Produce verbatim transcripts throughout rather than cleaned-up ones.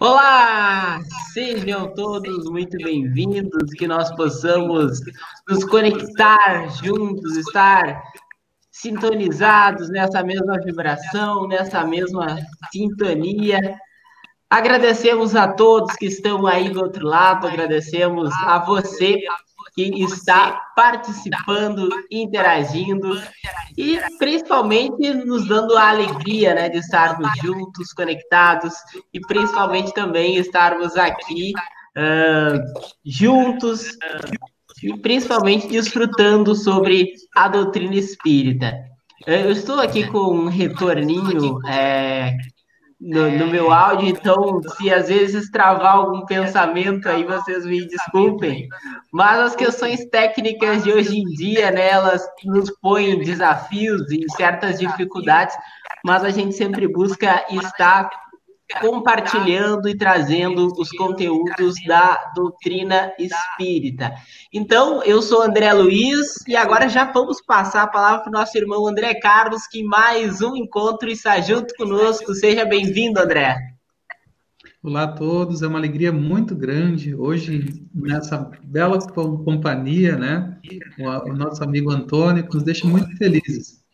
Olá! Sejam todos muito bem-vindos, que nós possamos nos conectar juntos, estar sintonizados nessa mesma vibração, nessa mesma sintonia. Agradecemos a todos que estão aí do outro lado, agradecemos a você que está participando, interagindo e principalmente nos dando a alegria, né, de estarmos juntos, conectados e principalmente também estarmos aqui uh, juntos e principalmente desfrutando sobre a doutrina espírita. Eu estou aqui com um retorninho é, no, no meu áudio, então se às vezes travar algum pensamento aí, vocês me desculpem, mas as questões técnicas de hoje em dia, né, elas nos põem desafios e certas dificuldades, mas a gente sempre busca estar compartilhando e trazendo os conteúdos da doutrina espírita. Então, eu sou André Luiz e agora já vamos passar a palavra para o nosso irmão André Carlos, que mais um encontro está junto conosco. Seja bem-vindo, André. Olá a todos, é uma alegria muito grande hoje nessa bela companhia, né? O, o nosso amigo Antônio, que nos deixa muito felizes.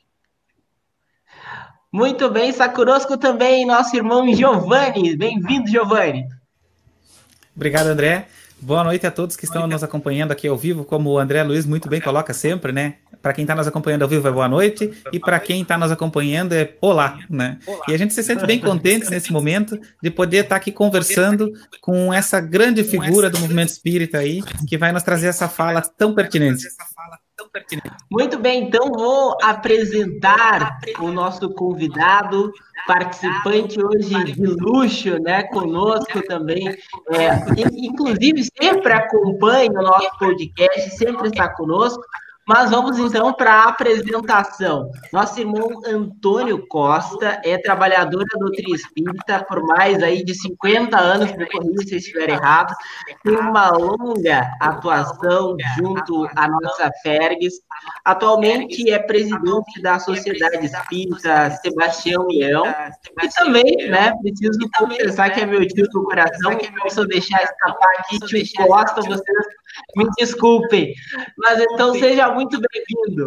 Muito bem, está conosco também nosso irmão Giovanni. Bem-vindo, Giovanni. Obrigado, André. Boa noite a todos que estão nos acompanhando aqui ao vivo, como o André Luiz muito bem coloca sempre, né? Para quem está nos acompanhando ao vivo é boa noite, e para quem está nos acompanhando é olá, né? E a gente se sente bem contente nesse momento de poder estar aqui conversando com essa grande figura do movimento espírita aí, que vai nos trazer essa fala tão pertinente. Muito bem, então vou apresentar o nosso convidado, participante hoje de luxo, né, conosco também, é, inclusive sempre acompanha o nosso podcast, sempre está conosco, mas vamos então para a apresentação. Nosso irmão Antônio Costa é trabalhador da doutrina espírita por mais aí de cinquenta anos, me corrija se eu estiver errado, tem uma longa atuação junto à nossa Fergues. Atualmente é presidente da Sociedade Espírita Sebastião Leão e também, né, preciso confessar que é meu tio do coração, não posso deixar escapar aqui, tio Costa, vocês me desculpem, mas então seja muito bem-vindo.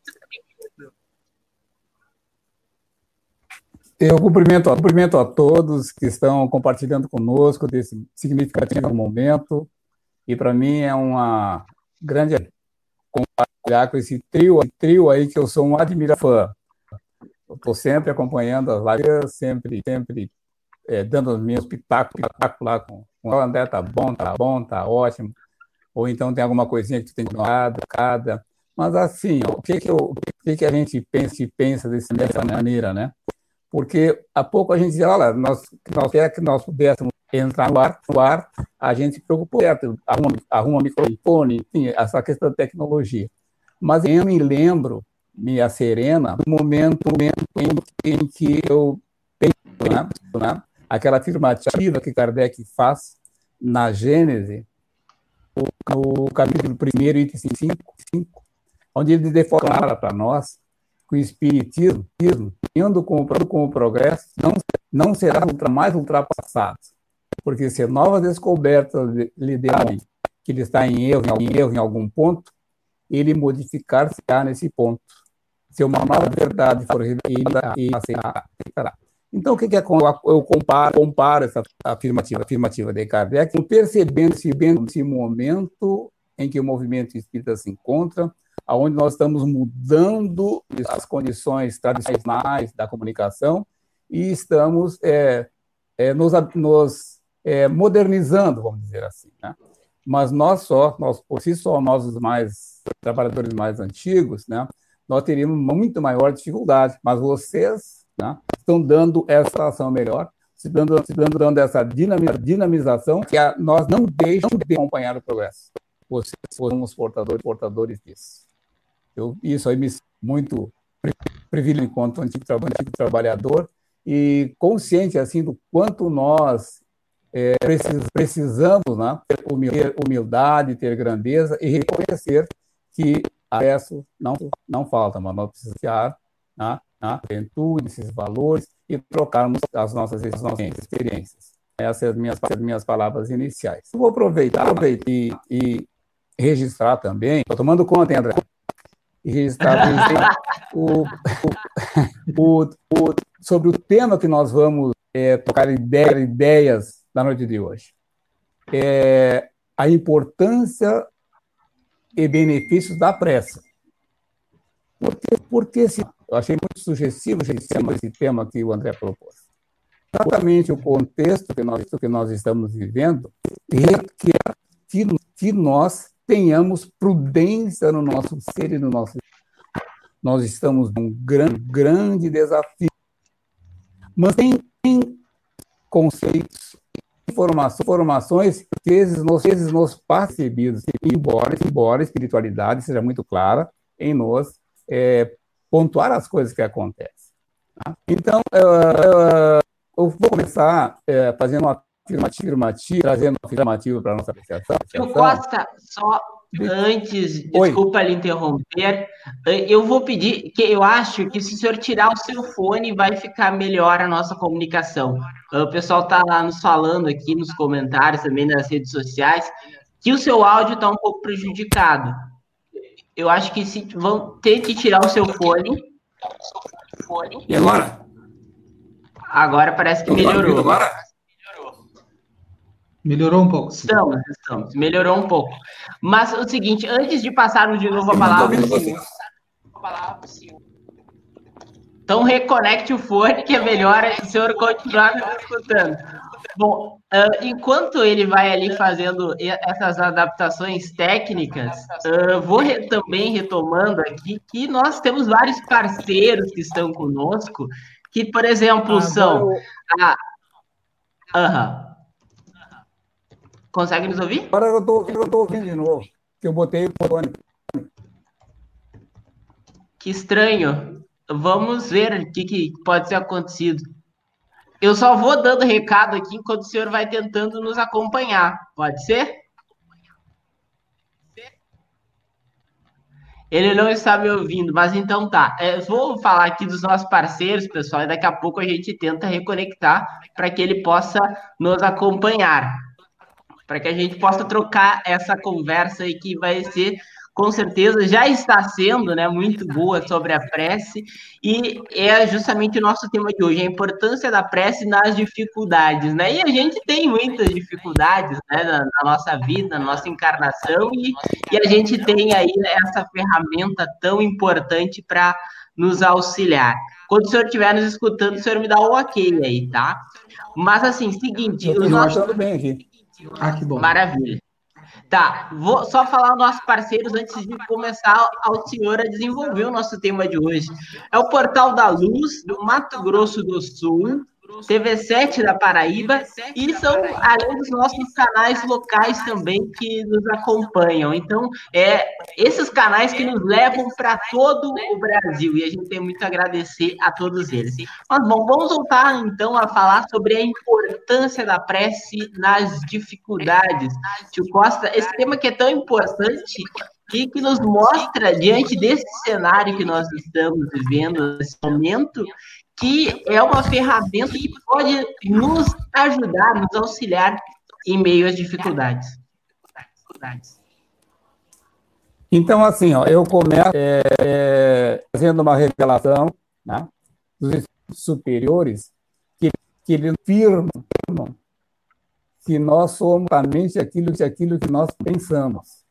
Eu cumprimento, cumprimento a todos que estão compartilhando conosco desse significativo momento, e para mim é uma grande compartilhar com esse trio, trio aí que eu sou um admirador. Eu estou sempre acompanhando as lives, sempre, sempre é, dando os meus pitacos, pitacos lá com o André, tá bom, tá bom, tá ótimo. Ou então tem alguma coisinha que tu tem ignorado, cada. Mas assim, ó, o que que, eu, o que que a gente pensa e pensa desse, dessa maneira, né? Porque há pouco a gente dizia, olha, nós, nós quer que nós pudéssemos entrar no ar, no ar, a gente se preocupou, arruma, arruma microfone, enfim, essa questão da tecnologia. Mas eu me lembro, me acerena, do momento, momento em, em que eu penso, né, né, aquela afirmativa que Kardec faz na Gênese, no capítulo primeiro, item cinco, onde ele declara para nós que o Espiritismo, indo com, com o progresso, não, não será ultra, mais ultrapassado, porque se novas descobertas lhe derem que ele está em erro, em erro em algum ponto, ele modificar-se-á nesse ponto. Se uma nova verdade for revelada, ele aceitará. Então, o que, que é? Eu comparo, comparo essa afirmativa, afirmativa de Kardec, percebendo esse, esse momento em que o movimento espírita se encontra, onde nós estamos mudando as condições tradicionais da comunicação e estamos é, é, nos, nos é, modernizando, vamos dizer assim, né? Mas nós só, nós, por si só, nós os mais trabalhadores mais antigos, né, nós teríamos muito maior dificuldade, mas vocês, né, estão dando essa ação melhor, se dando, se dando, dando essa dinamização que a, nós não deixamos de acompanhar o progresso. Vocês foram os portadores, portadores disso. Eu, isso aí me muito privilegiado enquanto antigo, antigo trabalhador e consciente assim do quanto nós é, precis, precisamos, né, ter humildade, ter grandeza e reconhecer que acesso não, não falta, mas nós precisamos criar, né, né, juventude, esses valores e trocarmos as nossas, as nossas experiências. essas as minhas, as minhas palavras iniciais. Eu vou aproveitar, aproveitar e, e registrar também, estou tomando conta, hein, André? E registrar, registrar o, o, o, o, sobre o tema que nós vamos é, tocar ideia, ideias da noite de hoje. É a importância e benefícios da prece. Porque, porque esse, eu achei muito sugestivo esse tema, esse tema que o André propôs. Exatamente o contexto que nós, que nós estamos vivendo requer que, que nós tenhamos prudência no nosso ser e no nosso... Nós estamos num grande, grande desafio. Mas tem, tem conceitos, informações, informações que às vezes nos, vezes nos percebidos, embora, embora a espiritualidade seja muito clara em nós é, pontuar as coisas que acontecem. Tá? Então, uh, uh, eu vou começar uh, fazendo uma afirmativa, trazendo um afirmativo para a nossa apreciação. Tio Costa, só antes, desculpa Oi. lhe interromper, eu vou pedir, que eu acho que se o senhor tirar o seu fone, vai ficar melhor a nossa comunicação. O pessoal está lá nos falando aqui nos comentários, também nas redes sociais, que o seu áudio está um pouco prejudicado. Eu acho que se vão tente tirar o seu fone. E agora? Agora parece que melhorou. Agora? Melhorou um pouco. Sim. Estamos, estamos. Melhorou um pouco. Mas o seguinte, antes de passarmos de novo a palavra para o senhor. Então reconecte o fone, que é melhor o senhor continuar me escutando. Bom, uh, enquanto ele vai ali fazendo essas adaptações técnicas, uh, vou re também retomando aqui que nós temos vários parceiros que estão conosco, que, por exemplo, ah, são... Eu... A... Uhum. Consegue nos ouvir? Agora eu tô, eu tô ouvindo de novo, que eu botei o fone. Que estranho. Vamos ver o que, que pode ter acontecido. Eu só vou dando recado aqui enquanto o senhor vai tentando nos acompanhar. Pode ser? Ele não está me ouvindo, mas então tá. Eu vou falar aqui dos nossos parceiros, pessoal, e daqui a pouco a gente tenta reconectar para que ele possa nos acompanhar. Para que a gente possa trocar essa conversa aí que vai ser, com certeza, já está sendo, né, muito boa sobre a prece, e é justamente o nosso tema de hoje, a importância da prece nas dificuldades, né, e a gente tem muitas dificuldades, né, na, na nossa vida, na nossa encarnação, e, e a gente tem aí essa ferramenta tão importante para nos auxiliar. Quando o senhor estiver nos escutando, o senhor me dá o ok aí, tá? Mas, assim, seguinte... Eu os nossos... achando bem aqui. Ah, que bom. Maravilha. Tá, vou só falar dos nossos parceiros antes de começar ao senhor a desenvolver o nosso tema de hoje. É o Portal da Luz, do Mato Grosso do Sul, T V sete da Paraíba, e são, além dos nossos canais locais também que nos acompanham. Então, é esses canais que nos levam para todo o Brasil, e a gente tem muito a agradecer a todos eles. Mas, bom, vamos voltar, então, a falar sobre a importância da prece nas dificuldades. Tio Costa, esse tema que é tão importante, que, que nos mostra, diante desse cenário que nós estamos vivendo nesse momento, que é uma ferramenta que pode nos ajudar, nos auxiliar em meio às dificuldades. Então, assim, ó, eu começo é, é, fazendo uma revelação, né, dos estudos superiores que, que eles afirmam que nós somos somente aquilo, aquilo que nós pensamos.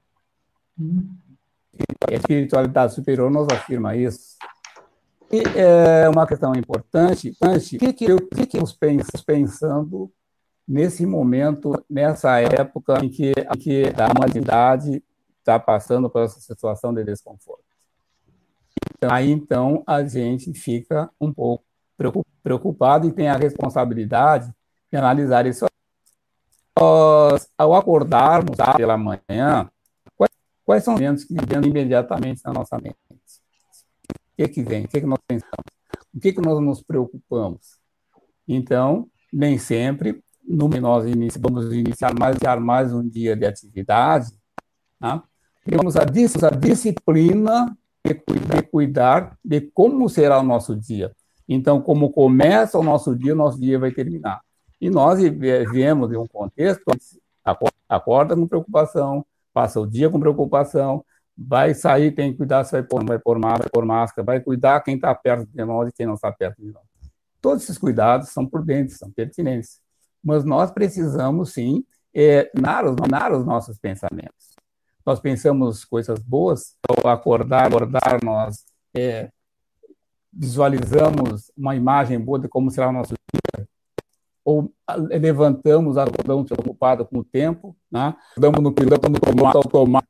A espiritualidade superior nos afirma isso. E é uma questão importante, o que, que eu que que estamos pensando nesse momento, nessa época em que, em que a humanidade está passando por essa situação de desconforto. Então, aí, então, a gente fica um pouco preocupado e tem a responsabilidade de analisar isso. Nós, ao acordarmos pela manhã, quais, quais são os eventos que vêm imediatamente na nossa mente? O que, que vem? O que, que nós pensamos? O que, que nós nos preocupamos? Então, nem sempre, no nós inici vamos iniciar mais, mais um dia de atividade, tá? Temos a, a disciplina de cuidar, de cuidar de como será o nosso dia. Então, como começa o nosso dia, o nosso dia vai terminar. E nós viemos de um contexto, acorda com preocupação, passa o dia com preocupação, vai sair, tem que cuidar se vai pôr, vai pôr máscara, vai pôr máscara, vai cuidar quem está perto de nós e quem não está perto de nós. Todos esses cuidados são prudentes, são pertinentes. Mas nós precisamos, sim, é, narrar os nossos pensamentos. Nós pensamos coisas boas, ao acordar, acordar nós é, visualizamos uma imagem boa de como será o nosso dia, ou levantamos, acordamos preocupados com o tempo, né? Damos no piloto, no comando automático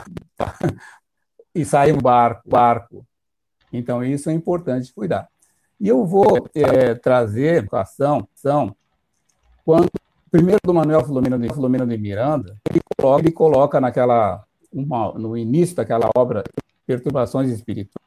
e saímos do barco, barco. Então, isso é importante cuidar. E eu vou é, trazer educação, quando primeiro do Manuel Filomeno de, Filomeno de Miranda, ele coloca, ele coloca naquela, uma, no início daquela obra, Perturbações Espirituais,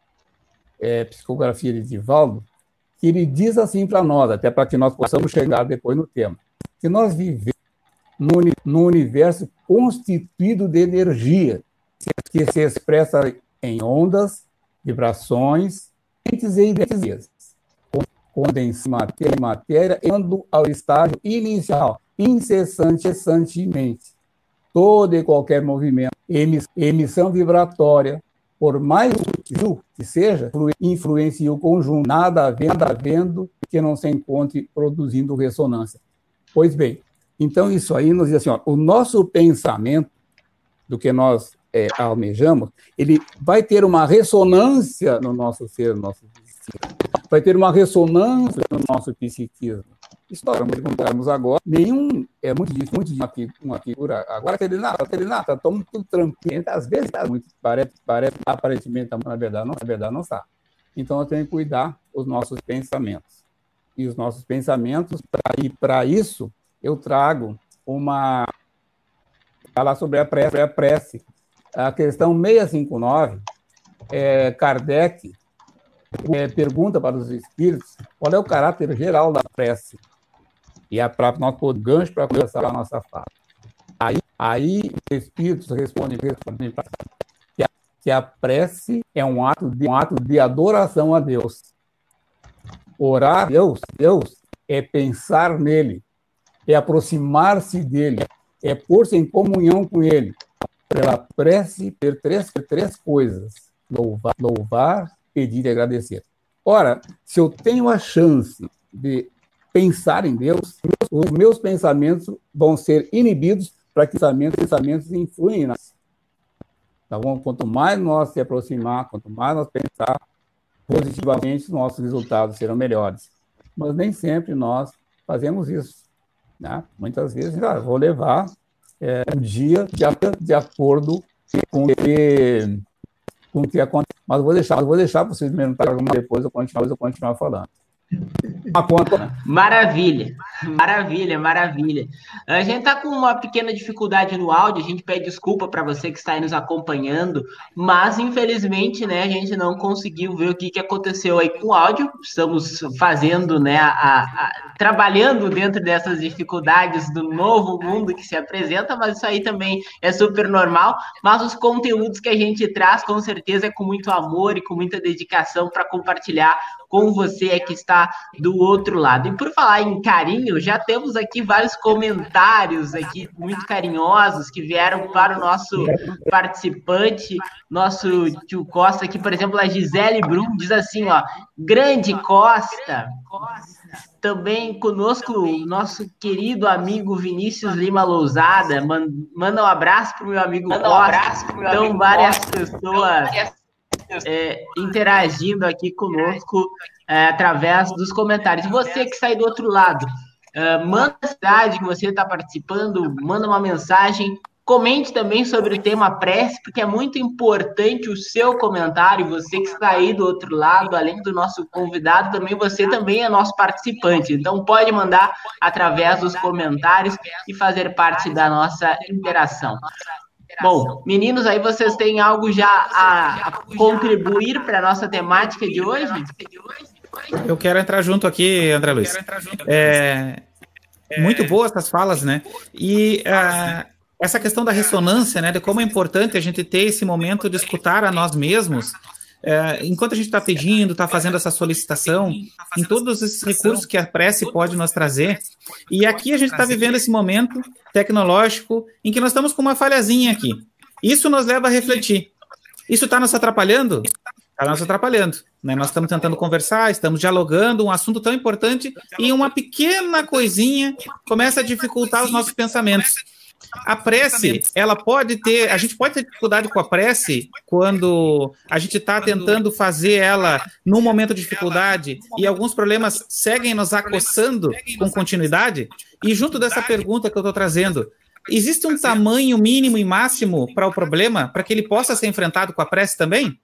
é, Psicografia de Divaldo, que ele diz assim para nós, até para que nós possamos chegar depois no tema, que nós vivemos no, no universo constituído de energia, que se expressa em ondas, vibrações, entes e energias, condensando matéria e matéria, indo ao estágio inicial, incessante, incessantemente. Todo e qualquer movimento, emissão vibratória, por mais sutil que seja, influencia o conjunto, nada havendo, nada havendo que não se encontre produzindo ressonância. Pois bem, então isso aí nos diz assim, ó, o nosso pensamento, do que nós é, almejamos, ele vai ter uma ressonância no nosso ser, no nosso vai ter uma ressonância no nosso psiquismo. Isso nós vamos perguntarmos agora. Nenhum, é muito difícil, muito difícil uma figura. Agora, aquele nada, aquele nada, toma tudo tranquilo. Às vezes, muito, parece, parece, aparentemente, na verdade, não, na verdade, não está. Então, eu tenho que cuidar dos nossos pensamentos. E os nossos pensamentos, pra, e para isso, eu trago uma... falar sobre a prece. A prece. A questão seiscentos e cinquenta e nove, é, Kardec é, pergunta para os espíritos qual é o caráter geral da prece. E é para nós pôr gancho para começar a nossa fala. Aí, aí os espíritos respondem, respondem que, a, que a prece é um ato, de, um ato de adoração a Deus. Orar a Deus, Deus é pensar nele, é aproximar-se dele, é pôr-se em comunhão com ele. Pela prece, ter três, ter três coisas: louvar, louvar, pedir e agradecer. Ora, se eu tenho a chance de pensar em Deus, os meus pensamentos vão ser inibidos para que pensamentos, pensamentos influem nas. Então, quanto mais nós se aproximar, quanto mais nós pensar positivamente, nossos resultados serão melhores. Mas nem sempre nós fazemos isso, né? Muitas vezes, ah, vou levar é, um dia de, de acordo com o que, com o que acontece. Mas vou deixar, vou deixar para vocês mesmo, depois eu continuar, eu continuar falando. A conta. Maravilha, maravilha, maravilha. A gente está com uma pequena dificuldade no áudio, a gente pede desculpa para você que está aí nos acompanhando, mas infelizmente, né, a gente não conseguiu ver o que, que aconteceu aí com o áudio. Estamos fazendo, né, a, a, trabalhando dentro dessas dificuldades do novo mundo que se apresenta, mas isso aí também é super normal. Mas os conteúdos que a gente traz, com certeza, é com muito amor e com muita dedicação para compartilhar com você que está do outro lado. E por falar em carinho, já temos aqui vários comentários aqui muito carinhosos que vieram para o nosso participante, nosso tio Costa aqui, por exemplo, a Gisele Brum diz assim, ó, grande Costa. Também conosco o nosso querido amigo Vinícius Lima Lousada, manda um abraço para o meu amigo Costa. Um abraço pro meu então, amigo várias Costa. pessoas... É, interagindo aqui conosco é, através dos comentários. Você que sai do outro lado, é, manda a cidade que você está participando, manda uma mensagem, comente também sobre o tema prece, porque é muito importante o seu comentário, você que está aí do outro lado, além do nosso convidado, também você também é nosso participante, então pode mandar através dos comentários e fazer parte da nossa interação. Bom, meninos, aí vocês têm algo já a, a contribuir para a nossa temática de hoje? Eu quero entrar junto aqui, André Luiz. É, muito boas essas falas, né? E uh, essa questão da ressonância, né? De como é importante a gente ter esse momento de escutar a nós mesmos, é, enquanto a gente está pedindo, está fazendo essa solicitação, em todos esses recursos que a prece pode nos trazer. E aqui a gente está vivendo esse momento tecnológico em que nós estamos com uma falhazinha aqui. Isso nos leva a refletir. Isso está nos atrapalhando? Está nos atrapalhando. Né? Nós estamos tentando conversar, estamos dialogando, um assunto tão importante, e uma pequena coisinha começa a dificultar os nossos pensamentos. A prece, ela pode ter, a gente pode ter dificuldade com a prece quando a gente está tentando fazer ela num momento de dificuldade e alguns problemas seguem nos acossando com continuidade. E junto dessa pergunta que eu estou trazendo, existe um tamanho mínimo e máximo para o problema, para que ele possa ser enfrentado com a prece também?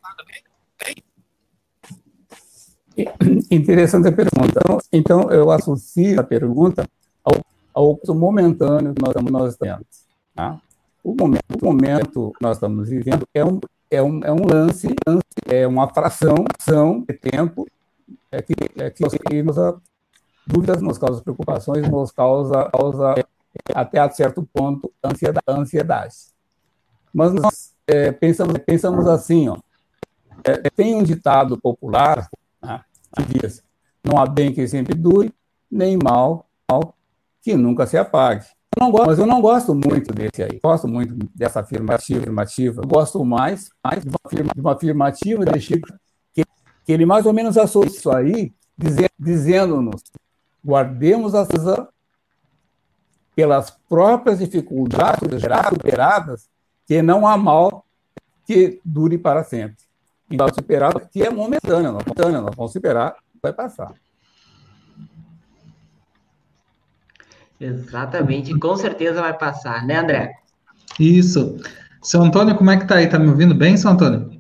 Interessante a pergunta. Então, eu associo a pergunta ao ao momentâneo que nós, nós temos. Tá? O, momento, o momento que nós estamos vivendo é um, é um, é um lance, é uma fração de tempo é que, é que nos dá dúvidas, nos causa preocupações, nos causa, causa até a certo ponto, ansiedade. ansiedade. Mas nós é, pensamos, pensamos assim, ó, é, tem um ditado popular, tá, que diz, não há bem que sempre dure, nem mal, mal que nunca se apague. Eu não gosto, mas eu não gosto muito desse aí. Gosto muito dessa afirmativa. afirmativa. Eu gosto mais, mais de, uma afirma, de uma afirmativa de Chico, que, que ele mais ou menos associa isso aí, dizer, dizendo-nos, guardemos a coisa pelas próprias dificuldades superadas, que não há mal que dure para sempre. Então, superado, que é momentâneo, momentâneo, nós vamos superar, vai passar. Exatamente, com certeza vai passar, né, André? Isso. Seu Antônio, como é que tá aí? Tá me ouvindo bem, seu Antônio?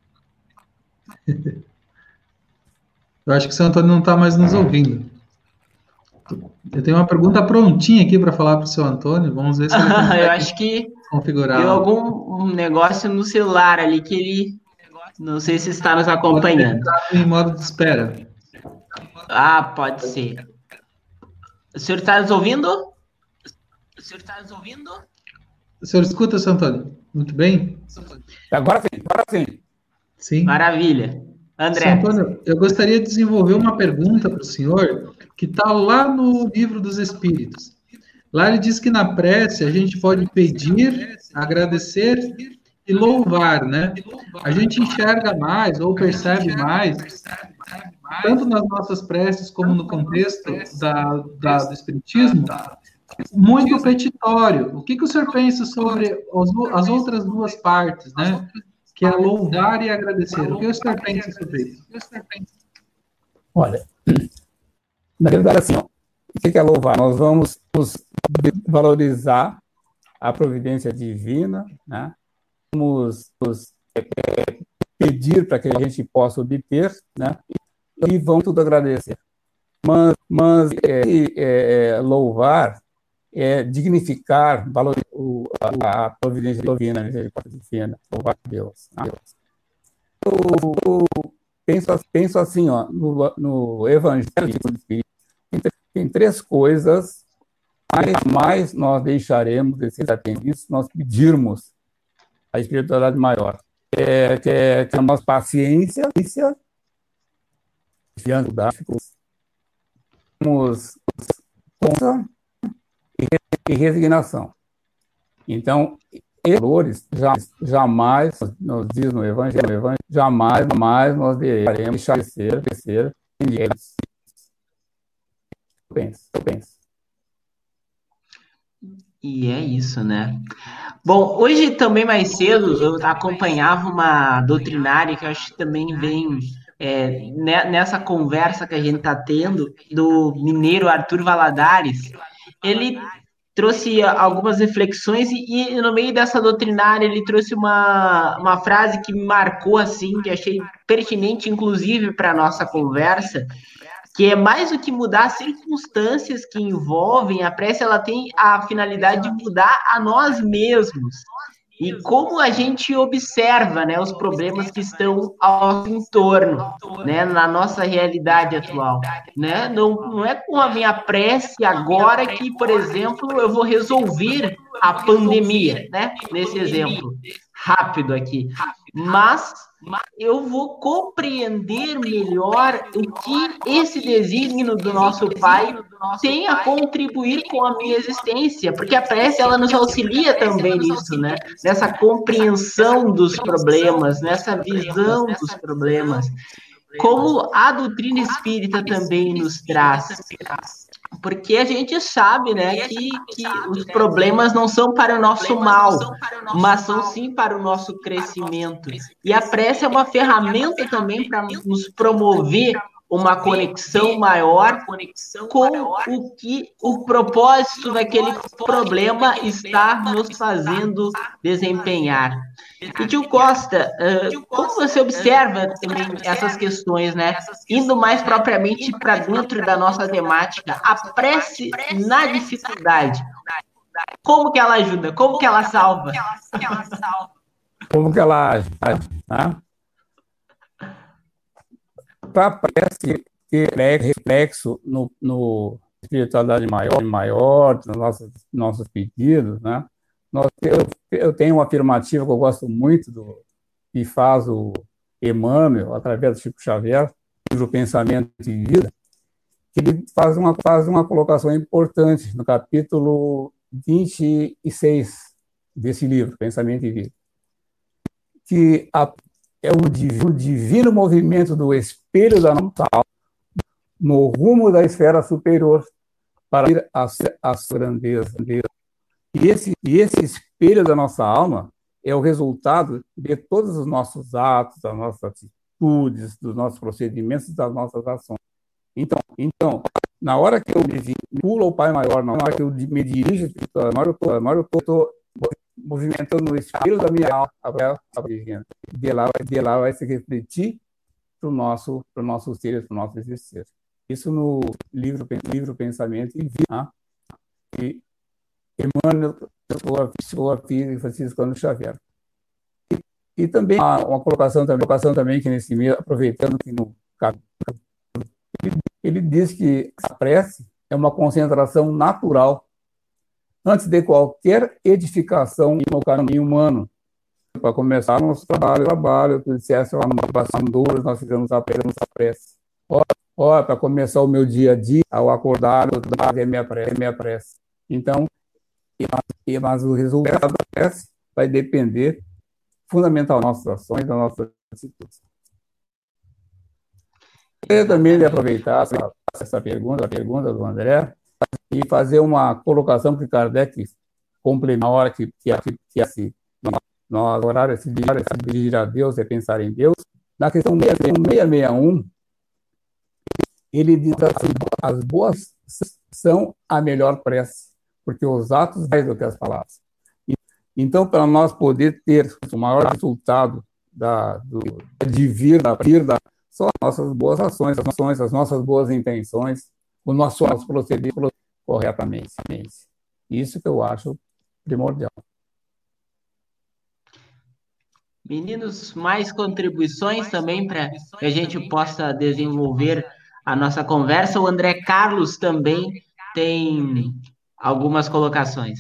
Eu acho que o seu Antônio não está mais nos ouvindo. Eu tenho uma pergunta prontinha aqui para falar para o seu Antônio. Vamos ver se ele consegue eu acho que configurar. Deu algum um negócio no celular ali que ele... Não sei se está nos acompanhando. Está em modo de espera. Ah, pode ser. O senhor está nos ouvindo? O senhor está nos ouvindo? O senhor escuta, seu Antônio? Muito bem? Agora sim, agora sim. Sim. Maravilha. André. Seu Antônio, eu gostaria de desenvolver uma pergunta para o senhor que está lá no Livro dos Espíritos. Lá ele diz que na prece a gente pode pedir, agradecer e louvar, né? A gente enxerga mais ou percebe mais, tanto nas nossas preces como no contexto da, da, do Espiritismo, muito petitório. O que, que o senhor pensa sobre as, as outras duas partes, né? Que é louvar e agradecer. O que o senhor pensa sobre isso? Olha, na verdade, assim, ó, o que é louvar? Nós vamos valorizar a providência divina, né? Vamos é, pedir para que a gente possa obter, né? E vamos tudo agradecer. Mas, mas é, é, louvar é dignificar, valorizar a, a providência divina, a misericórdia divina, louvar a Deus. Né? Eu, eu penso, penso assim, ó, no, no Evangelho do Espírito, tem, tem três coisas mais, mais nós deixaremos de ser atendidos se nós pedirmos a espiritualidade maior. É, que é, que é a nossa paciência, diante da temos conta e resignação. Então, valores jamais, nos diz no Evangelho, Evangelho jamais, jamais nós deixaremos deixar de ser, de ser eles. Eu penso, eu penso. E é isso, né? Bom, hoje também mais cedo eu acompanhava uma doutrinária que eu acho que também vem é, nessa conversa que a gente está tendo, do mineiro Arthur Valadares. Ele trouxe algumas reflexões e, e no meio dessa doutrinária ele trouxe uma, uma frase que me marcou assim, que achei pertinente inclusive para a nossa conversa, que é mais do que mudar as circunstâncias que envolvem, a prece ela tem a finalidade de mudar a nós mesmos. E como a gente observa, né, os problemas que estão ao nosso entorno, né, na nossa realidade atual. Né? Não, não é com a minha prece agora que, por exemplo, eu vou resolver a pandemia, né, nesse exemplo. rápido aqui, mas eu vou compreender melhor o que esse desígnio do nosso Pai tem a contribuir com a minha existência, porque a prece ela nos auxilia também nisso, né? Nessa compreensão dos problemas, nessa visão dos problemas, como a doutrina espírita também nos traz. Porque a gente sabe, né, que, que os problemas não são para o nosso mal, mas são sim para o nosso crescimento. E a prece é uma ferramenta também para nos promover uma conexão maior com o que o propósito daquele problema está nos fazendo desempenhar. E tio Costa, uh, como você observa também essas questões, né? Indo mais propriamente para dentro da nossa temática, a prece na dificuldade. Como que ela ajuda? Como que ela salva? Como que ela age? Né? Para a prece ter reflexo no, no espiritualidade maior, maior nos nossos, nossos pedidos, né? Nós, eu, eu tenho uma afirmativa que eu gosto muito do que faz o Emmanuel, através do Chico Xavier, no livro Pensamento e Vida, que ele faz uma, faz uma colocação importante no capítulo vinte e seis desse livro, Pensamento e Vida, que a, é o divino, o divino movimento do espelho da nossa alma no rumo da esfera superior para ir à, à grandeza. E esse, e esse espelho da nossa alma é o resultado de todos os nossos atos, das nossas atitudes, dos nossos procedimentos, das nossas ações. Então, então na hora que eu me pulo ao Pai Maior, na hora que eu me dirijo, na hora que eu estou movimentando o espelho da minha alma, de lá, de lá vai se refletir para o nosso, pro nosso ser, para o nosso existir. Isso no livro, livro Pensamento e Vida. Tá? E Emmanuel, Filosofia Franciscano Xavier. E, e também uma, uma colocação também, colocação também que nesse meio, aproveitando que no ele, ele diz que a prece é uma concentração natural antes de qualquer edificação no caminho humano. Para começar nosso trabalho, trabalho, tu disseste lá no Passanduras, nós fizemos a prece. Ó, para começar o meu dia a dia, ao acordar, eu fazer minha prece, minha prece. Então, mas o resultado da prece vai depender fundamentalmente das nossas ações, das nossas atitudes. Eu também de aproveitar essa, essa pergunta, a pergunta do André, e fazer uma colocação que Kardec complementa na hora que, que, que assim, nós horário se dirigir a Deus é pensar em Deus. Na questão seiscentos e sessenta e um, ele diz assim: as boas são a melhor prece, porque os atos mais do que as palavras. Então, para nós poder ter o maior resultado da, do, de vir da vida, são as nossas boas ações, as, ações, as nossas boas intenções, o nosso proceder corretamente. Isso que eu acho primordial. Meninos, mais contribuições também para que a gente possa desenvolver a nossa conversa. O André Carlos também tem algumas colocações.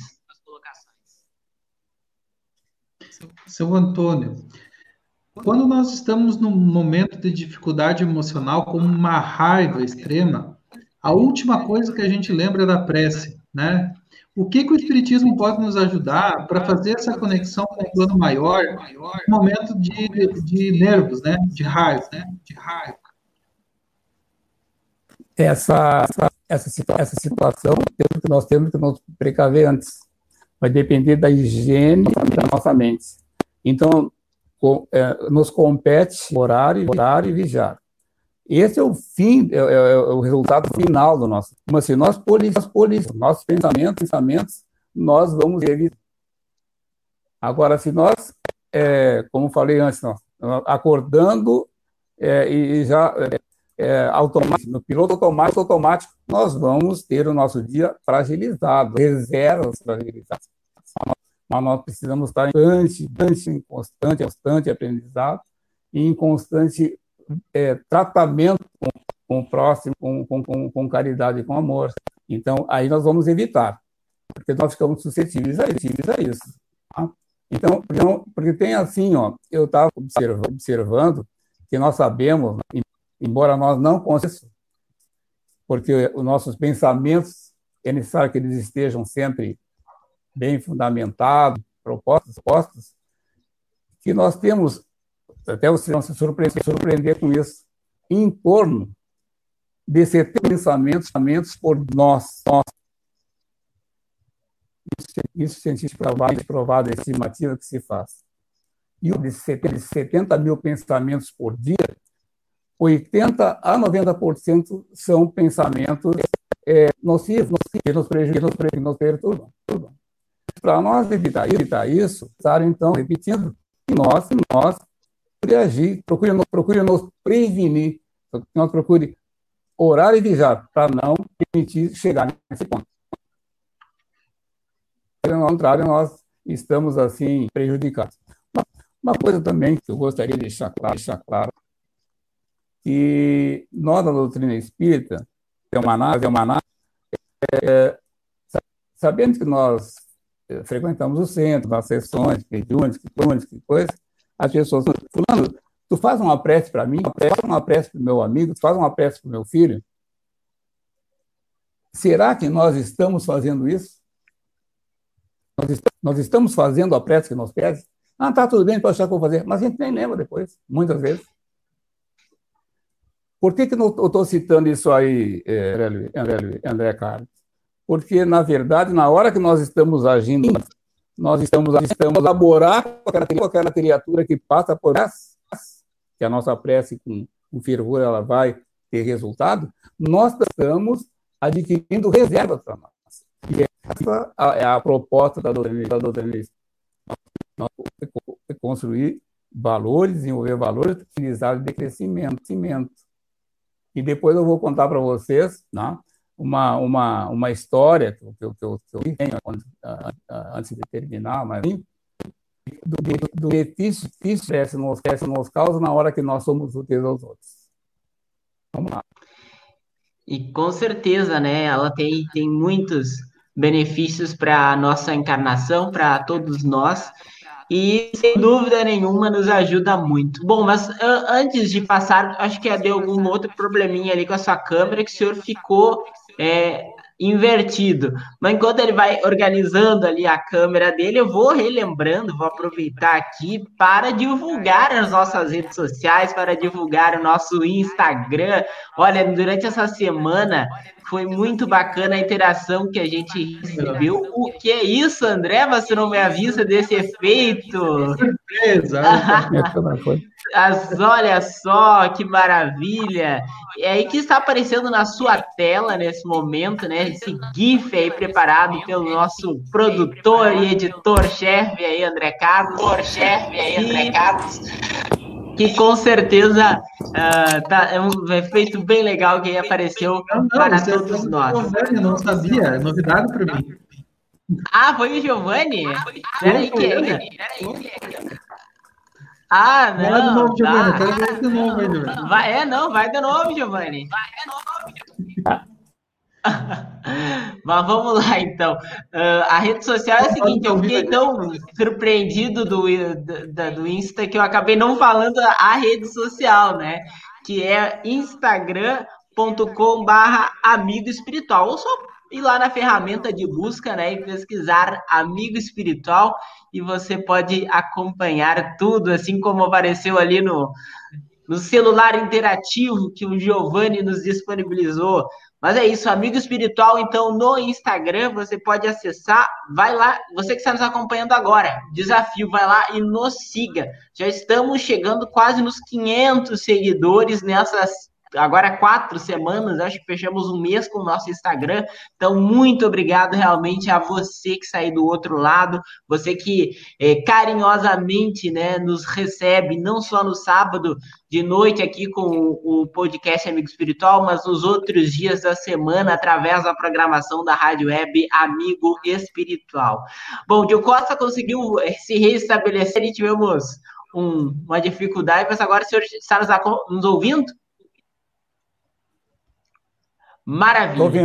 Seu Antônio, quando nós estamos num momento de dificuldade emocional, como uma raiva extrema, a última coisa que a gente lembra é da prece, né? O que, que o Espiritismo pode nos ajudar para fazer essa conexão com o plano maior no momento de, de nervos, né? De raiva, né? De raiva. Essa, essa, essa situação que nós temos que nos precaver antes. Vai depender da higiene da nossa mente. Então, é, nos compete orar e, orar e vigiar. Esse é o fim, é, é, é o resultado final do nosso. Mas se nós polícia, nossos pensamentos, pensamentos, nós vamos evitar. Agora, se nós, é, como falei antes, nós, acordando é, e já é, automático, no piloto automático, automático, nós vamos ter o nosso dia fragilizado, reservas fragilizadas. Mas nós precisamos estar em constante, em constante, constante aprendizado e em constante é, tratamento com, com o próximo, com, com, com caridade e com amor. Então, aí nós vamos evitar, porque nós ficamos suscetíveis a isso. Tá? Então, então, porque tem assim, ó, eu estava observando, observando que nós sabemos, embora nós não conheçamos, porque os nossos pensamentos, é necessário que eles estejam sempre bem fundamentados, propostos, postos, que nós temos, até vocês vão se surpreender, surpreender com isso, em torno de setenta pensamentos, pensamentos por nós. nós. Isso, isso científico provado, provado, é a estimativa que se faz. E de setenta mil pensamentos por dia, oitenta a noventa por cento são pensamentos é, nocivos, que nos prejudicam, nos, nos perturbam. Para nós evitar, evitar isso, então, repetindo, que nós, nós reagir, procure, procure nos prevenir, nós procure orar e vigiar, para não permitir chegar nesse ponto. Ao contrário, nós estamos, assim, prejudicados. Uma, uma coisa também que eu gostaria de deixar claro, deixar claro que nós, na doutrina espírita, é uma nave, é uma nave, é, sabendo que nós frequentamos o centro, nas sessões, que juntos, que juntos, que coisa, as pessoas, fulano, tu faz uma prece para mim, faz uma prece para o meu amigo, tu faz uma prece para o meu filho. Será que nós estamos fazendo isso? Nós, est nós estamos fazendo a prece que nos pede? Ah, tá, tudo bem, pode achar que eu vou fazer. Mas a gente nem lembra depois, muitas vezes. Por que, que eu estou citando isso aí, André, André, André Carlos? Porque, na verdade, na hora que nós estamos agindo, nós estamos, estamos a elaborar com aquela, com aquela criatura que passa por nós, que a nossa prece com, com fervor ela vai ter resultado, nós estamos adquirindo reservas para nós. E essa é a proposta da doutrina, da doutrina. Nós construir valores, desenvolver valores utilizados de crescimento, crescimento. E depois eu vou contar para vocês, né, uma, uma, uma história que eu, que eu, que eu tenho antes de terminar, mas do, do benefício que isso nos, nos causa na hora que nós somos úteis aos outros. Vamos lá. E com certeza, né? Ela tem, tem muitos benefícios para a nossa encarnação, para todos nós. E, sem dúvida nenhuma, nos ajuda muito. Bom, mas uh, antes de passar, acho que deu algum outro probleminha ali com a sua câmera, que o senhor ficou é, invertido. Mas enquanto ele vai organizando ali a câmera dele, eu vou relembrando, vou aproveitar aqui para divulgar as nossas redes sociais, para divulgar o nosso Instagram. Olha, durante essa semana foi muito bacana a interação que a gente recebeu. O que é isso, André? Você não me avisa desse efeito? As, olha só, que maravilha! É aí que está aparecendo na sua tela nesse momento, né? Esse GIF aí preparado pelo nosso produtor e editor-chefe aí, André Carlos. Editor-chefe aí, André Carlos. Que com certeza uh, tá, é um efeito bem legal que apareceu não, não, para todos é nós. Giovanni, não sabia, é novidade para mim. Ah, foi o Giovanni? Peraí que ainda. Ah, não. Vai de novo, Giovanni. Tá. Quero ver de novo, hein, Giovanni. Vai, é, não, vai de novo, Giovanni. Vai de novo. Mas vamos lá, então. Uh, a rede social é a seguinte, eu fiquei tão surpreendido do, do, do Insta que eu acabei não falando a rede social, né? Que é instagram ponto com barra amigo espiritual. Ou só ir lá na ferramenta de busca, né? E pesquisar amigo espiritual e você pode acompanhar tudo, assim como apareceu ali no, no celular interativo que o Giovanni nos disponibilizou. Mas é isso, amigo espiritual, então, no Instagram, você pode acessar, vai lá, você que está nos acompanhando agora, desafio, vai lá e nos siga. Já estamos chegando quase nos quinhentos seguidores nessas, agora quatro semanas, acho que fechamos um mês com o nosso Instagram, então muito obrigado realmente a você que está aí do outro lado, você que é, carinhosamente, né, nos recebe, não só no sábado de noite aqui com o podcast Amigo Espiritual, mas nos outros dias da semana através da programação da Rádio Web Amigo Espiritual. Bom, o Gil Costa conseguiu se reestabelecer e tivemos um, uma dificuldade, mas agora o senhor está nos, nos ouvindo? Maravilha.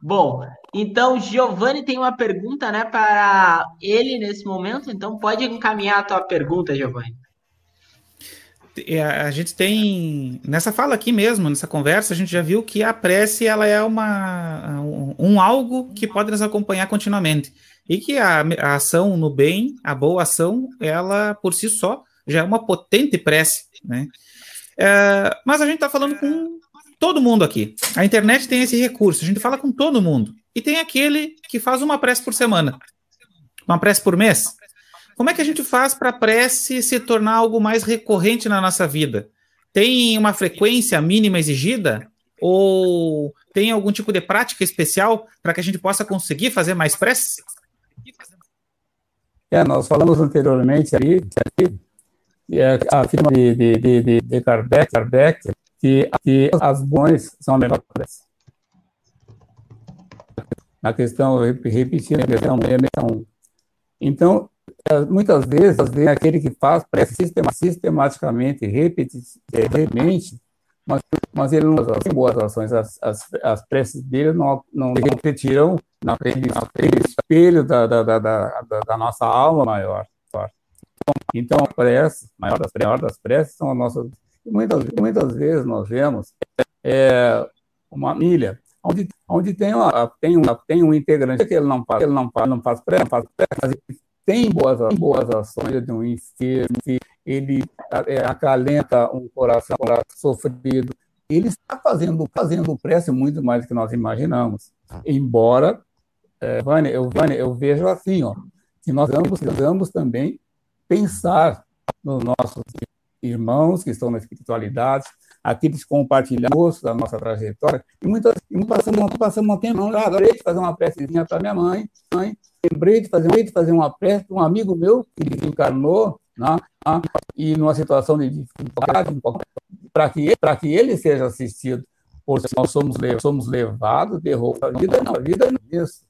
Bom, então Giovanni tem uma pergunta, né, para ele nesse momento, então pode encaminhar a tua pergunta, Giovanni. É, a gente tem, nessa fala aqui mesmo, nessa conversa, a gente já viu que a prece ela é uma, um, um algo que pode nos acompanhar continuamente. E que a, a ação no bem, a boa ação, ela por si só já é uma potente prece, né? É, mas a gente está falando com todo mundo aqui. A internet tem esse recurso, a gente fala com todo mundo. E tem aquele que faz uma prece por semana, uma prece por mês. Como é que a gente faz para a prece se tornar algo mais recorrente na nossa vida? Tem uma frequência mínima exigida? Ou tem algum tipo de prática especial para que a gente possa conseguir fazer mais prece? É, nós falamos anteriormente aí, a firma de, de, de, de Kardec, Kardec que, que as bons são a melhor prece. Na questão, repetindo a questão, então, muitas vezes, aquele que faz prece sistematicamente, repetitivamente, mas, mas ele não tem boas ações, as, as, as preces dele não, não repetirão naquele espelho da, da, da, da, da nossa alma maior. Então, a prece, a maior das, maior das preces, são as nossas. Muitas, muitas vezes nós vemos é, uma família onde, onde tem, uma, tem, uma, tem um integrante que ele não faz, ele não faz, não faz prece, não faz prece, mas ele tem boas, boas ações de um enfermo, ele é, acalenta um coração, um coração sofrido. Ele está fazendo, fazendo prece muito mais do que nós imaginamos. Embora, é, Vânia, eu, Vânia, eu vejo assim, ó, que nós precisamos também pensar nos nossos irmãos que estão na espiritualidade, aqueles que compartilham da nossa trajetória, e muitas vezes passamos, passamos um tempo, não, ah, lembrei de fazer uma precezinha para minha mãe, mãe, lembrei de fazer, de fazer uma prece para um amigo meu que encarnou, né, e numa situação de dificuldade, para que, que ele seja assistido, porque nós somos, somos levados de roupa, a vida não, a vida não é isso.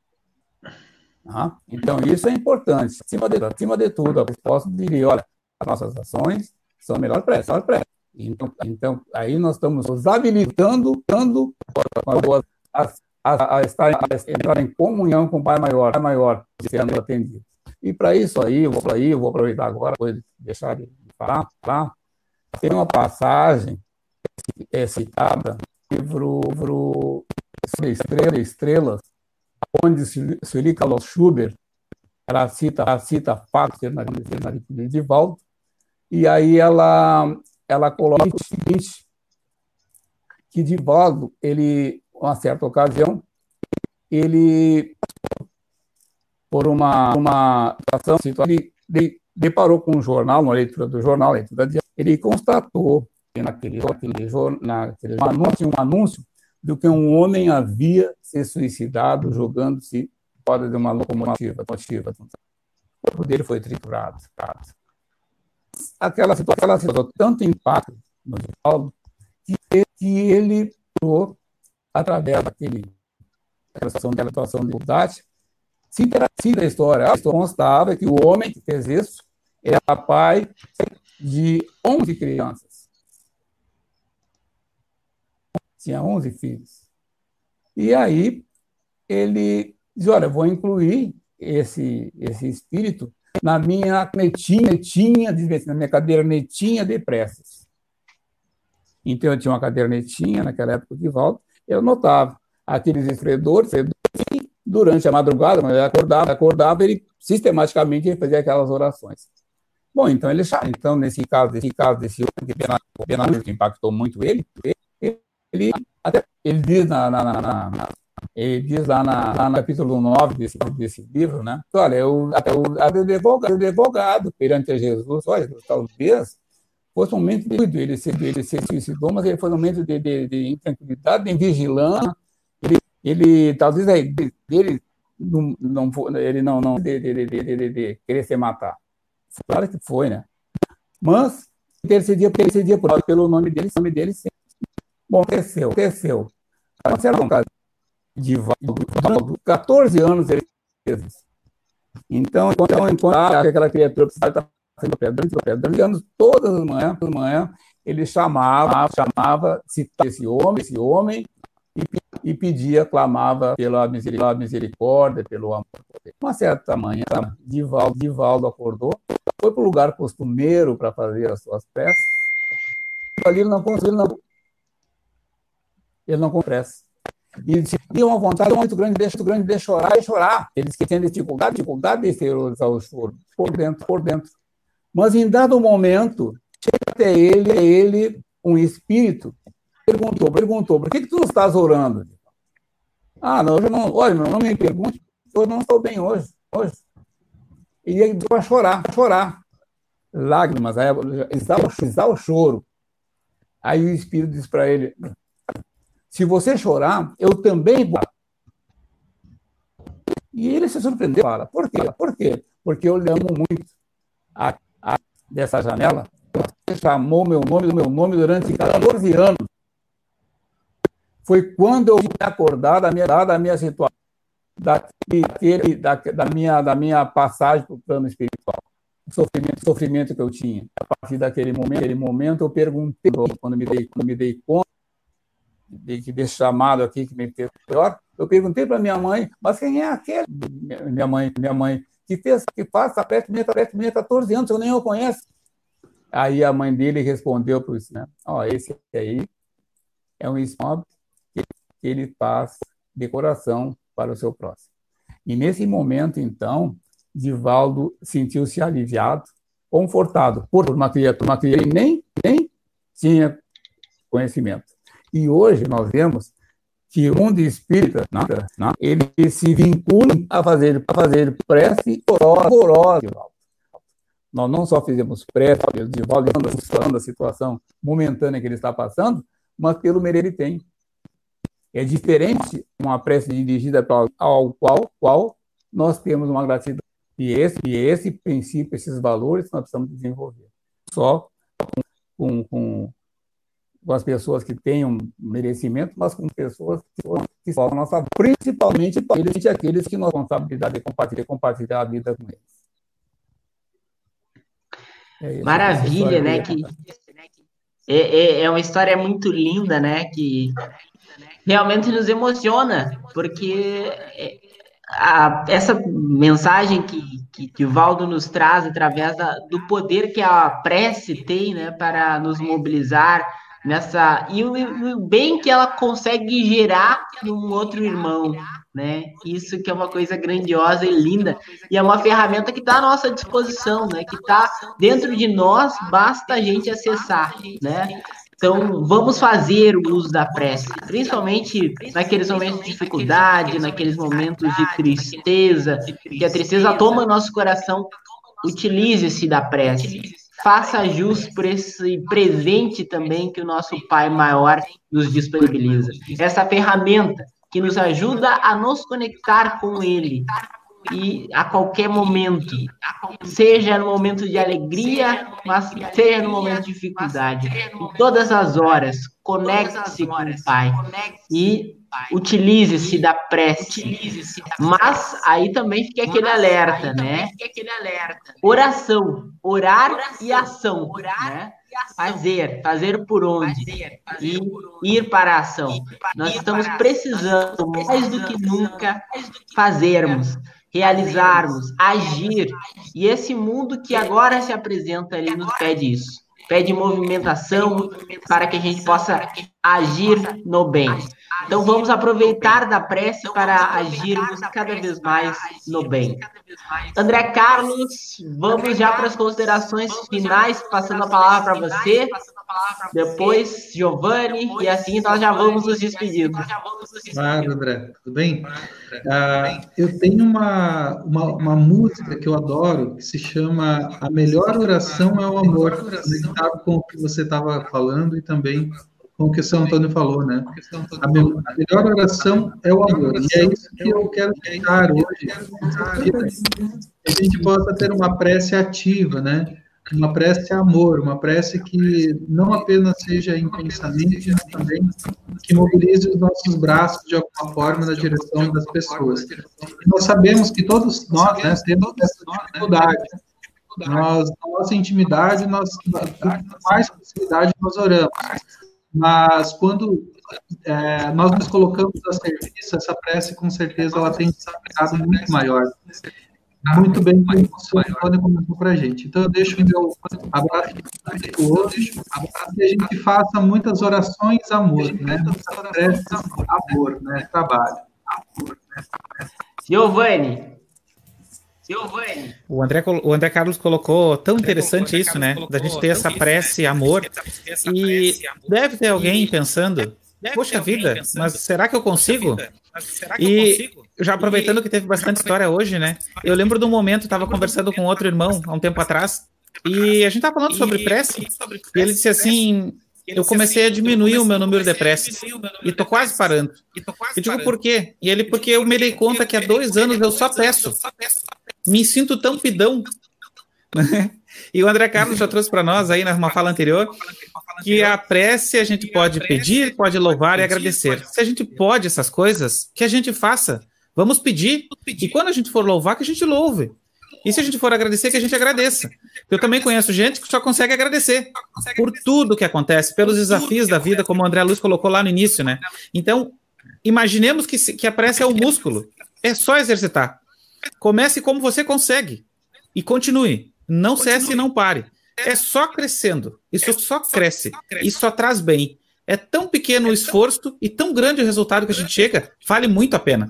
Ah, então, isso é importante. Acima de, acima de tudo, eu posso dizer, olha, as nossas ações são melhor prece, melhor prece. Então, então, aí nós estamos nos habilitando tanto a, a, a, estar, a entrar em comunhão com o Pai Maior, Pai Maior, sendo atendido. E para isso aí, eu vou, aí, eu vou aproveitar agora, depois de deixar de falar, falar, tem uma passagem que é citada no livro, livro Estrela, Estrelas, onde Sueli Carlos Schubert, ela cita, ela cita fatos de Divaldo, e aí ela, ela coloca o seguinte, que Divaldo, ele, uma certa ocasião, ele, por uma, uma situação, ele, ele deparou com um jornal, uma leitura do jornal, leitura de, ele constatou que naquele, naquele, naquele anúncio, um anúncio do que um homem havia se suicidado jogando-se fora de uma locomotiva. O corpo dele foi triturado. Aquela situação causou tanto impacto no Paulo que, que ele, através daquele, daquela situação, daquela situação de dificuldade, se interagir da história. A história constava que o homem que fez isso era pai de onze crianças. Tinha onze filhos. E aí ele diz, olha, vou incluir esse, esse espírito na minha netinha, netinha, na minha cadernetinha de preces. Então eu tinha uma cadernetinha naquela época de volta, eu notava aqueles esfredores, e durante a madrugada, quando ele acordava, acordava, ele sistematicamente ele fazia aquelas orações. Bom, então ele então nesse caso, nesse caso desse homem que impactou muito ele, ele Ele, até, ele diz, na, na, na, na, ele diz lá, na, lá no capítulo nove desse, desse livro, né? Olha, eu, até o advogado, advogado perante a Jesus, olha, talvez fosse um momento de ele se, ele se suicidou, mas ele foi um momento de, de, de intranquilidade, de vigilância. Ele, ele talvez ele não, não, ele não, não de, de, de, de, de querer se matar. Claro que foi, né? Mas intercedia, intercedia por, pelo nome dele, nome dele sim. Bom, cresceu, cresceu. A certa ocasião, de quatorze anos ele fez isso. Então, enquanto, enquanto aquela criatura precisava estar durante anos, todas as manhãs, todas as manhãs, ele chamava, chamava, citava esse homem, esse homem, e e pedia, clamava pela misericórdia, pelo amor. Uma certa manhã, Divaldo, Divaldo acordou, foi para o lugar costumeiro para fazer as suas preces. Ali ele não conseguiu, ele não, ele não conseguiu prece. E tinha uma vontade muito grande, muito grande de chorar e chorar. Ele disse que tinha dificuldade, dificuldade de exteriorizar o choro, por dentro, por dentro. Mas em dado momento, chega até ele, ele um espírito, perguntou, perguntou, por que, que tu não estás orando? Ah, não, hoje não, olha, não me pergunte, eu não estou bem hoje, hoje. E ele deu para chorar, chorar. Lágrimas, aí exalar o choro. Aí o espírito disse para ele, se você chorar, eu também vou. E ele se surpreendeu, fala, por quê? Por quê? Porque eu lhe amo muito. A, a, dessa janela, você chamou meu nome do meu nome durante quatorze anos. Foi quando eu me acordar da minha, da minha situação, daquele, da, da, minha, da minha passagem para o plano espiritual. O sofrimento, sofrimento que eu tinha. A partir daquele momento, aquele momento eu perguntei, quando me dei, quando me dei conta de, desse chamado aqui que me fez pior, eu perguntei para minha mãe, mas quem é aquele? Minha mãe, minha mãe que fez, que faz essa prece há quatorze anos, eu nem o conheço. Aí a mãe dele respondeu para isso, né? Ó, oh, esse aí é um espírito que ele faz de coração para o seu próximo. E nesse momento, então, Divaldo sentiu-se aliviado, confortado por uma criatura, uma criatura que nem, nem tinha conhecimento. E hoje nós vemos que o mundo espírita, não, não, ele se vincula a fazer, a fazer prece horrorosa, Divaldo. Nós não só fizemos prece, Divaldo falando da situação momentânea que ele está passando, mas pelo meio ele tem. É diferente uma prece dirigida ao qual, qual nós temos uma gratidão. E esse, e esse princípio, esses valores nós precisamos desenvolver. Só com, com, com as pessoas que tenham merecimento, mas com pessoas que são nossa, principalmente aqueles, aqueles que nós temos a responsabilidade de compartilhar, compartilhar a vida com eles. É isso, maravilha, né? Que é, é, é uma história muito linda, né? Que realmente nos emociona, porque a, essa mensagem que, que, que o Valdo nos traz através da, do poder que a prece tem, né, para nos mobilizar nessa e o, e o bem que ela consegue gerar num outro irmão, né? Isso que é uma coisa grandiosa e linda, e é uma ferramenta que está à nossa disposição, né? Que está dentro de nós, basta a gente acessar, né? Então, vamos fazer o uso da prece, principalmente naqueles momentos de dificuldade, naqueles momentos de tristeza, que a tristeza toma nosso coração. Utilize-se da prece. Faça jus por esse presente também que o nosso Pai Maior nos disponibiliza. Essa ferramenta que nos ajuda a nos conectar com Ele. E a qualquer momento, seja no momento de alegria, mas seja no momento de dificuldade, em todas as horas, conecte-se com o Pai e utilize-se da prece. Mas aí também fica aquele alerta, né? Oração, orar e ação, né? Fazer, fazer por onde e ir para a ação. Nós estamos precisando, mais do que nunca, fazermos, realizarmos, agir. E esse mundo que agora se apresenta ali nos pede isso. Pede movimentação para que a gente possa agir no bem. Então vamos aproveitar da prece para agirmos cada vez mais no bem. André Carlos, vamos já para as considerações finais, passando a palavra para você. Depois, Giovanni, e assim nós já vamos nos despedindo. Claro, André, tudo bem? Ah, eu tenho uma, uma, uma música que eu adoro, que se chama A Melhor Oração é o Amor, conectado com o que você estava falando e também com o que o São Antônio falou, né? A, me, a melhor oração é o amor, e é isso que eu quero deixar hoje, que a gente possa ter uma prece ativa, né? Uma prece amor, uma prece que não apenas seja em pensamento, mas também que mobilize os nossos braços de alguma forma na direção das pessoas. E nós sabemos que todos nós, né, temos essa dificuldade. Nós, na nossa intimidade, nós, com mais facilidade nós oramos. Mas quando é, nós nos colocamos a serviço, essa prece, com certeza, ela tem um significado muito maior. Muito bem, como o senhor Antônio comentou para a gente. Então, eu deixo o meu abraço hoje, que a gente faça muitas orações, amor, né? Muitas preces, amor, né? Trabalho. Giovanni. Giovanni. O André, o André Carlos colocou tão interessante isso, né? Da gente ter essa prece, amor. E deve ter alguém pensando, poxa vida, mas será que eu consigo? E já aproveitando que teve bastante história hoje, né? Eu lembro de um momento, estava conversando com outro irmão há um tempo atrás, e a gente estava falando sobre prece, e ele disse assim, eu comecei a diminuir o meu número de preces, e tô quase parando. Eu digo, por quê? E ele, porque eu me dei conta que há dois anos eu só peço. Me sinto tão pidão. E o André Carlos já trouxe para nós aí numa fala anterior que a prece a gente pode pedir, pode louvar e agradecer. Se a gente pode essas coisas, que a gente faça. Vamos pedir, e quando a gente for louvar, que a gente louve. E se a gente for agradecer, que a gente agradeça. Eu também conheço gente que só consegue agradecer por tudo que acontece, pelos desafios da vida, como o André Luiz colocou lá no início, né? Então, imaginemos que, que a prece é um músculo. É só exercitar. Comece como você consegue e continue. Não cesse e não pare. É só crescendo. Isso só cresce. Isso só traz bem. É tão pequeno o esforço e tão grande o resultado que a gente chega, vale muito a pena.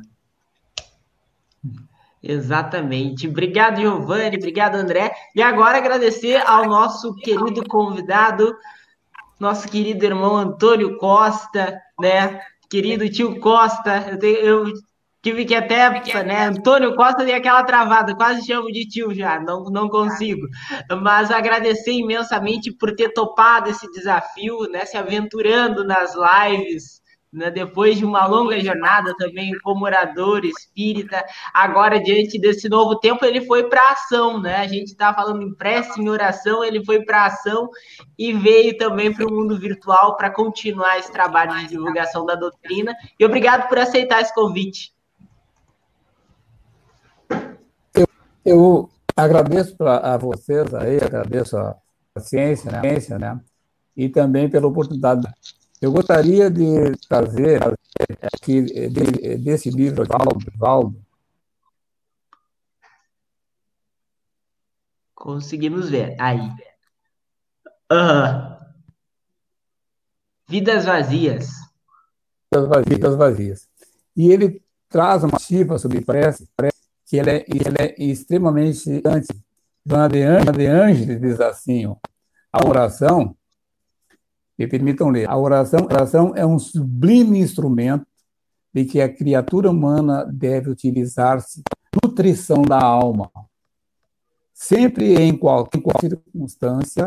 Exatamente. Obrigado, Giovanni. Obrigado, André. E agora agradecer ao nosso querido convidado, nosso querido irmão Antônio Costa, né? Querido tio Costa. Eu, tenho, eu tive que até, né? Antônio Costa tem aquela travada, quase chamo de tio já, não, não consigo. Mas agradecer imensamente por ter topado esse desafio, né? Se aventurando nas lives, né, depois de uma longa jornada também como orador espírita, agora diante desse novo tempo ele foi para a ação, né? A gente está falando em prece, em oração, ele foi para a ação e veio também para o mundo virtual para continuar esse trabalho de divulgação da doutrina. E obrigado por aceitar esse convite. Eu, eu agradeço pra, a vocês aí, agradeço a ciência, né, a ciência, né? E também pela oportunidade. Eu gostaria de trazer aqui de, desse livro, Valdo, Valdo. Conseguimos ver. Aí. Uhum. Vidas vazias. Vidas vazias. Vidas vazias. E ele traz uma chifa sobre prece, que ele é, ele é extremamente antes. Joana de Ângeles diz assim, ó, a oração, me permitam ler, a oração, a oração é um sublime instrumento de que a criatura humana deve utilizar-se nutrição da alma. Sempre em qualquer, em qualquer circunstância,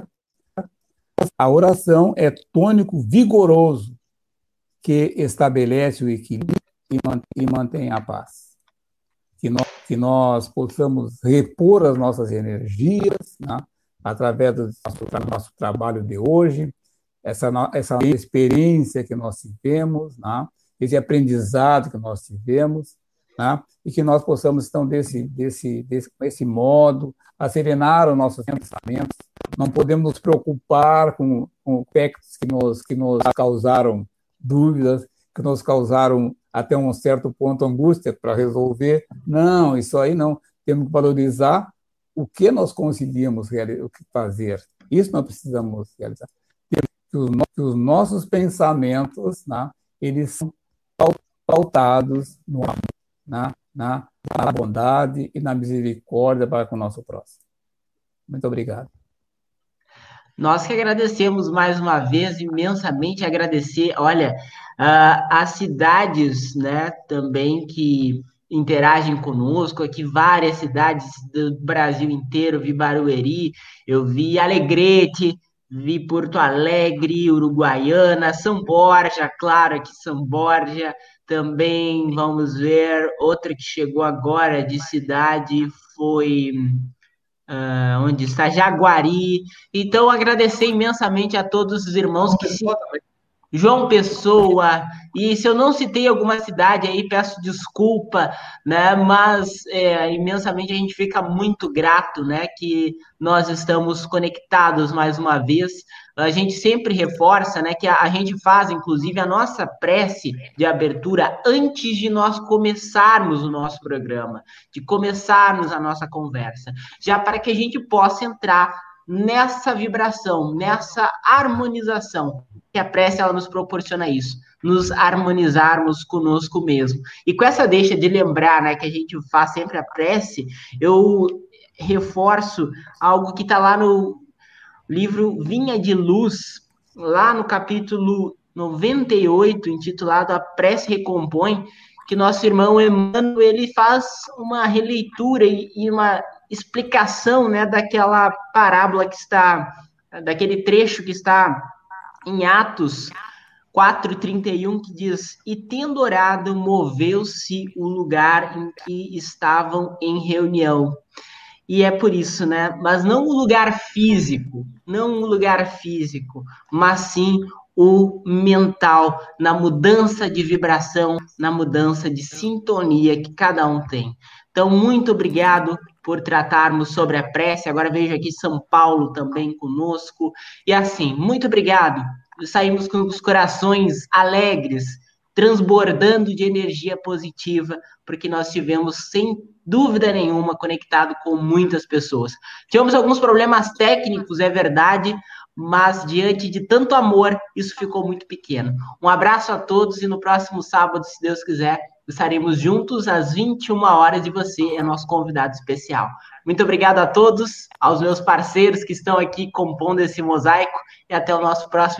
a oração é tônico vigoroso que estabelece o equilíbrio e mantém a paz. Que nós, que nós possamos repor as nossas energias, né, através do nosso, do nosso trabalho de hoje, essa, essa experiência que nós tivemos, né, esse aprendizado que nós tivemos, né, e que nós possamos, então, desse, desse, desse, desse modo, acerenar os nossos pensamentos. Não podemos nos preocupar com, com aspectos que nos, que nos causaram dúvidas, que nos causaram, até um certo ponto, angústia para resolver. Não, isso aí não. Temos que valorizar o que nós conseguimos fazer. Isso nós precisamos realizar. Que os, que os nossos pensamentos, né, eles são pautados no amor, na, na, na bondade e na misericórdia para com o nosso próximo. Muito obrigado. Nós que agradecemos mais uma vez, imensamente agradecer, olha, uh, as cidades, né, também que interagem conosco, aqui várias cidades do Brasil inteiro, vi Barueri, eu vi Alegrete, vi Porto Alegre, Uruguaiana, São Borja, claro, aqui São Borja, também vamos ver, outra que chegou agora de cidade foi... Uh, onde está Jaguari. Então, agradecer imensamente a todos os irmãos que se... João Pessoa, e se eu não citei alguma cidade aí, peço desculpa, né? Mas é, imensamente a gente fica muito grato, né? Que nós estamos conectados mais uma vez. A gente sempre reforça, né? Que a, a gente faz, inclusive, a nossa prece de abertura antes de nós começarmos o nosso programa, de começarmos a nossa conversa, já para que a gente possa entrar nessa vibração, nessa harmonização, que a prece ela nos proporciona isso, nos harmonizarmos conosco mesmo. E com essa deixa de lembrar, né, que a gente faz sempre a prece, eu reforço algo que está lá no livro Vinha de Luz, lá no capítulo noventa e oito, intitulado A Prece Recompõe, que nosso irmão Emmanuel ele faz uma releitura e uma explicação, né, daquela parábola que está, daquele trecho que está em Atos quatro, trinta e um, que diz: e tendo orado, moveu-se o lugar em que estavam em reunião. E é por isso, né? Mas não o lugar físico, não o lugar físico, mas sim o mental, na mudança de vibração, na mudança de sintonia que cada um tem. Então, muito obrigado por tratarmos sobre a prece. Agora vejo aqui São Paulo também conosco. E assim, muito obrigado. Saímos com os corações alegres, transbordando de energia positiva, porque nós tivemos, sem dúvida nenhuma, conectado com muitas pessoas. Tivemos alguns problemas técnicos, é verdade, mas diante de tanto amor, isso ficou muito pequeno. Um abraço a todos e no próximo sábado, se Deus quiser, estaremos juntos às vinte e uma horas e você é nosso convidado especial. Muito obrigado a todos, aos meus parceiros que estão aqui compondo esse mosaico e até o nosso próximo